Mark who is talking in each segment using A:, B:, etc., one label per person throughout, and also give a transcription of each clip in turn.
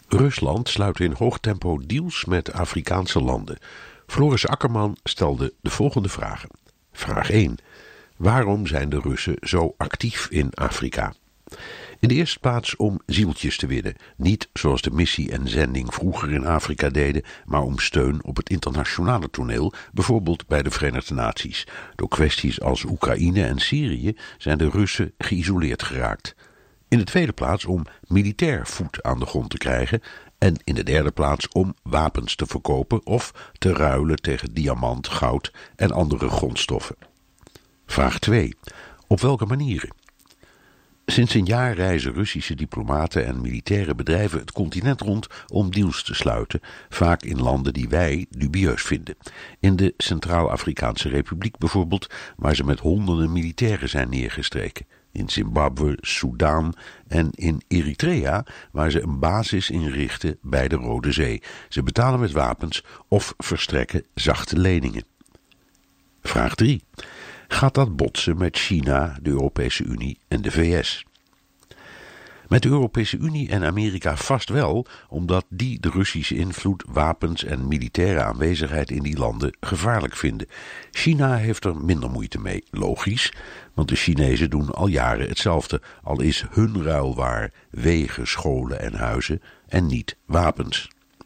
A: Rusland sluit in hoog tempo deals met Afrikaanse landen. Floris Akkerman stelde de volgende vragen. Vraag 1. Waarom zijn de Russen zo actief in Afrika? In de eerste plaats om zieltjes te winnen. Niet zoals de missie en zending vroeger in Afrika deden, maar om steun op het internationale toneel, bijvoorbeeld bij de Verenigde Naties. Door kwesties als Oekraïne en Syrië zijn de Russen geïsoleerd geraakt. In de tweede plaats om militair voet aan de grond te krijgen. En in de derde plaats om wapens te verkopen of te ruilen tegen diamant, goud en andere grondstoffen. Vraag 2. Op welke manieren? Sinds een jaar reizen Russische diplomaten en militaire bedrijven het continent rond om deals te sluiten, vaak in landen die wij dubieus vinden. In de Centraal-Afrikaanse Republiek bijvoorbeeld, waar ze met honderden militairen zijn neergestreken. In Zimbabwe, Soudaan en in Eritrea, waar ze een basis inrichten bij de Rode Zee. Ze betalen met wapens of verstrekken zachte leningen. Vraag 3. Gaat dat botsen met China, de Europese Unie en de VS? Met de Europese Unie en Amerika vast wel, omdat die de Russische invloed, wapens en militaire aanwezigheid in die landen gevaarlijk vinden. China heeft er minder moeite mee, logisch, want de Chinezen doen al jaren hetzelfde, al is hun ruilwaar wegen, scholen en huizen en niet wapens.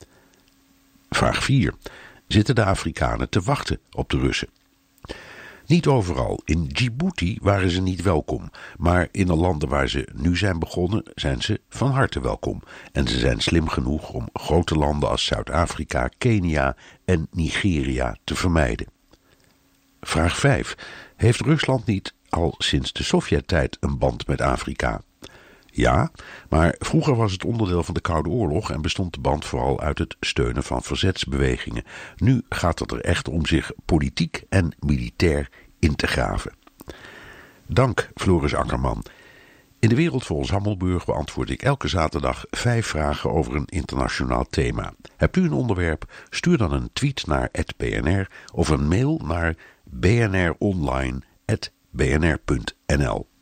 A: Vraag 4. Zitten de Afrikanen te wachten op de Russen? Niet overal. In Djibouti waren ze niet welkom, maar in de landen waar ze nu zijn begonnen zijn ze van harte welkom. En ze zijn slim genoeg om grote landen als Zuid-Afrika, Kenia en Nigeria te vermijden. Vraag 5. Heeft Rusland niet al sinds de Sovjet-tijd een band met Afrika? Ja, maar vroeger was het onderdeel van de Koude Oorlog en bestond de band vooral uit het steunen van verzetsbewegingen. Nu gaat het er echt om zich politiek en militair in te graven. Dank, Floris Akkerman. In de Wereld volgens Hammelburg beantwoord ik elke zaterdag 5 vragen over een internationaal thema. Hebt u een onderwerp? Stuur dan een tweet naar @bnr of een mail naar bnronline@bnr.nl.